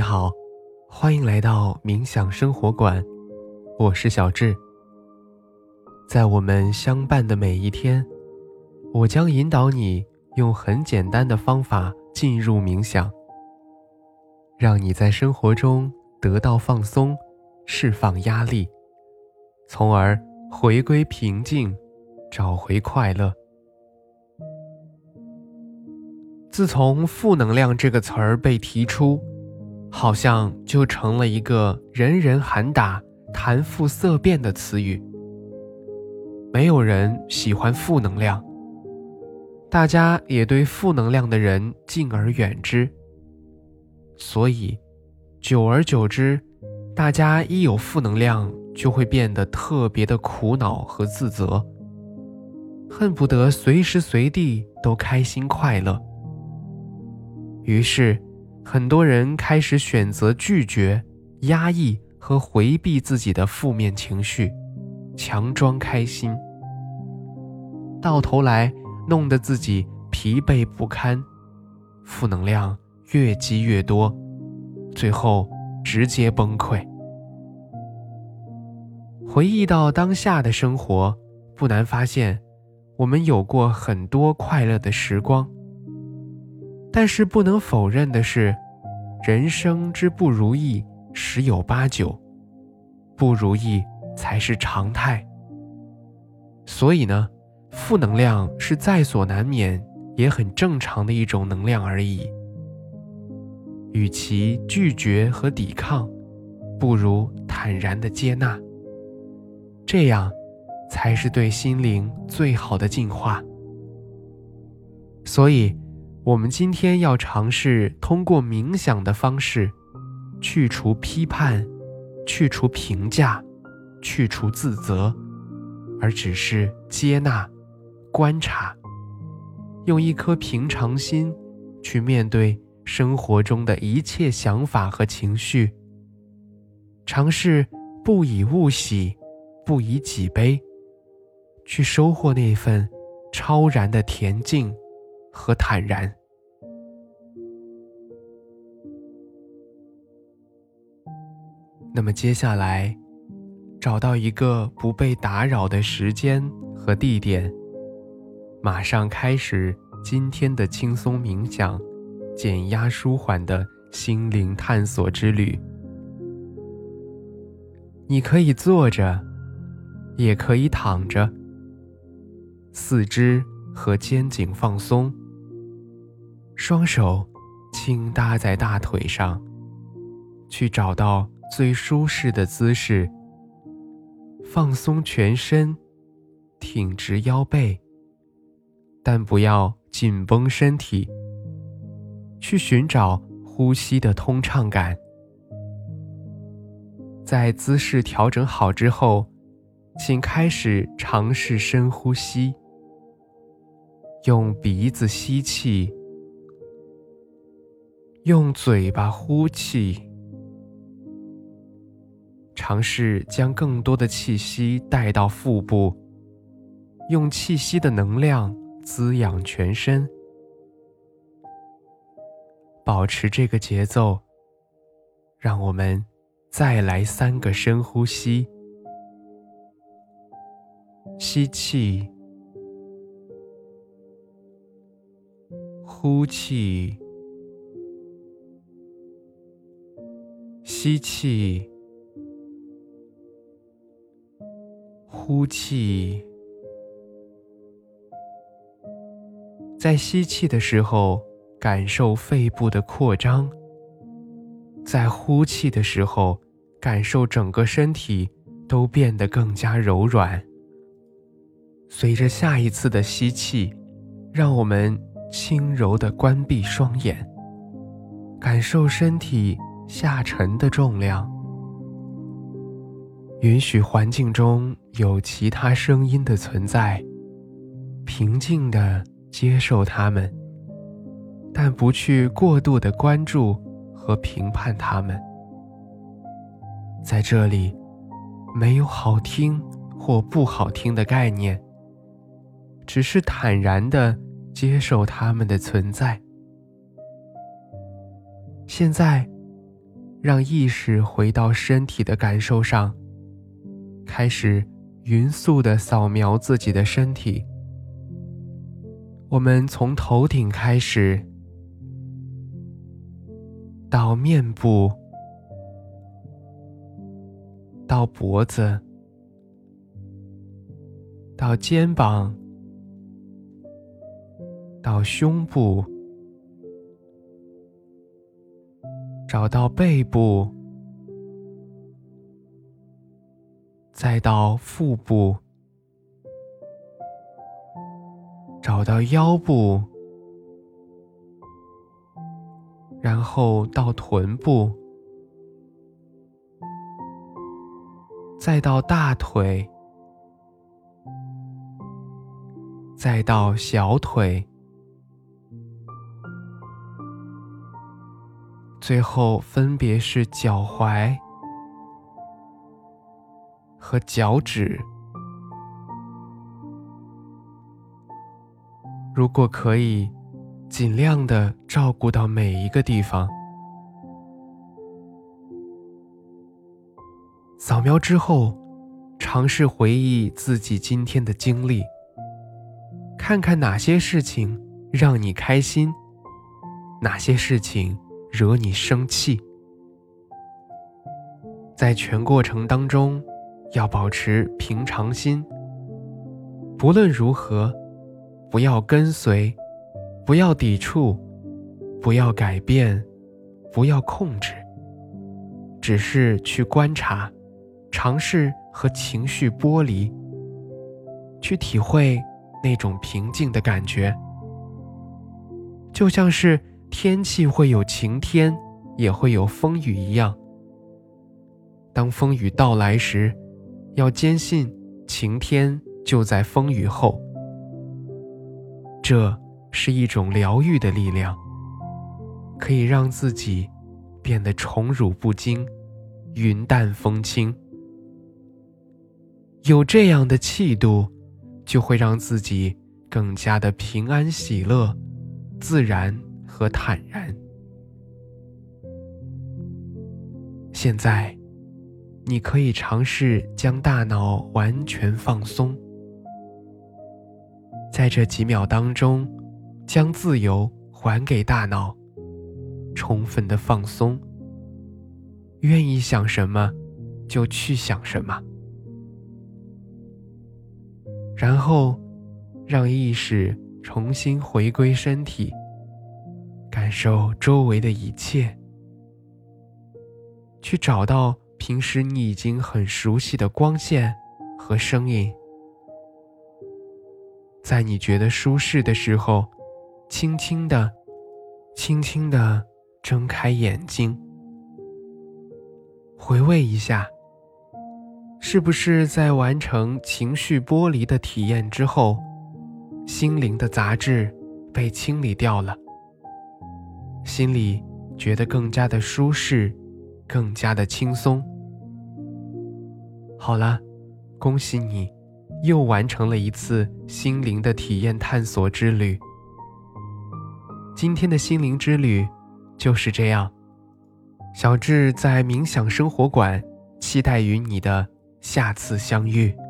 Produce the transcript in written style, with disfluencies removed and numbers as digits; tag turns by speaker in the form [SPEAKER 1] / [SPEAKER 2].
[SPEAKER 1] 好，欢迎来到冥想生活馆，我是小智。在我们相伴的每一天，我将引导你用很简单的方法进入冥想，让你在生活中得到放松，释放压力，从而回归平静，找回快乐。自从负能量这个词儿被提出，好像就成了一个人人喊打、谈腹色变的词语。没有人喜欢负能量，大家也对负能量的人敬而远之。所以，久而久之，大家一有负能量就会变得特别的苦恼和自责，恨不得随时随地都开心快乐。于是，很多人开始选择拒绝、压抑和回避自己的负面情绪，强装开心，到头来弄得自己疲惫不堪，负能量越积越多，最后直接崩溃。回忆到当下的生活，不难发现，我们有过很多快乐的时光。但是不能否认的是，人生之不如意十有八九，不如意才是常态。所以呢，负能量是在所难免，也很正常的一种能量而已。与其拒绝和抵抗，不如坦然地接纳，这样才是对心灵最好的净化。所以我们今天要尝试通过冥想的方式，去除批判，去除评价，去除自责，而只是接纳、观察，用一颗平常心去面对生活中的一切想法和情绪，尝试不以物喜，不以己悲，去收获那份超然的恬静和坦然。那么接下来，找到一个不被打扰的时间和地点，马上开始今天的轻松冥想，减压舒缓的心灵探索之旅。你可以坐着，也可以躺着，四肢和肩颈放松，双手轻搭在大腿上，去找到最舒适的姿势，放松全身，挺直腰背，但不要紧绷身体，去寻找呼吸的通畅感。在姿势调整好之后，请开始尝试深呼吸，用鼻子吸气，用嘴巴呼气，尝试将更多的气息带到腹部，用气息的能量滋养全身。保持这个节奏，让我们再来3个深呼吸。吸气，呼气，吸气，呼气。在吸气的时候，感受肺部的扩张；在呼气的时候，感受整个身体都变得更加柔软。随着下一次的吸气，让我们轻柔地关闭双眼，感受身体下沉的重量。允许环境中有其他声音的存在，平静地接受它们，但不去过度地关注和评判它们。在这里，没有好听或不好听的概念，只是坦然地接受它们的存在。现在， 让意识回到身体的感受上，开始匀速地扫描自己的身体。我们从头顶开始，到面部，到脖子，到肩膀，到胸部，找到背部，再到腹部，找到腰部，然后到臀部，再到大腿，再到小腿，最后分别是脚踝和脚趾。如果可以，尽量地照顾到每一个地方。扫描之后，尝试回忆自己今天的经历，看看哪些事情让你开心，哪些事情惹你生气。在全过程当中，要保持平常心，不论如何，不要跟随，不要抵触，不要改变，不要控制，只是去观察，尝试和情绪剥离，去体会那种平静的感觉。就像是天气会有晴天，也会有风雨一样。当风雨到来时，要坚信晴天就在风雨后。这是一种疗愈的力量，可以让自己变得宠辱不惊，云淡风轻。有这样的气度，就会让自己更加的平安喜乐、自然和坦然。现在，你可以尝试将大脑完全放松，在这几秒当中，将自由还给大脑，充分的放松，愿意想什么就去想什么。然后让意识重新回归身体，感受周围的一切，去找到平时你已经很熟悉的光线和声音。在你觉得舒适的时候，轻轻地睁开眼睛，回味一下，是不是在完成情绪剥离的体验之后，心灵的杂质被清理掉了，心里觉得更加的舒适，更加的轻松。好了，恭喜你，又完成了一次心灵的体验探索之旅。今天的心灵之旅就是这样，小智在冥想生活馆期待与你的下次相遇。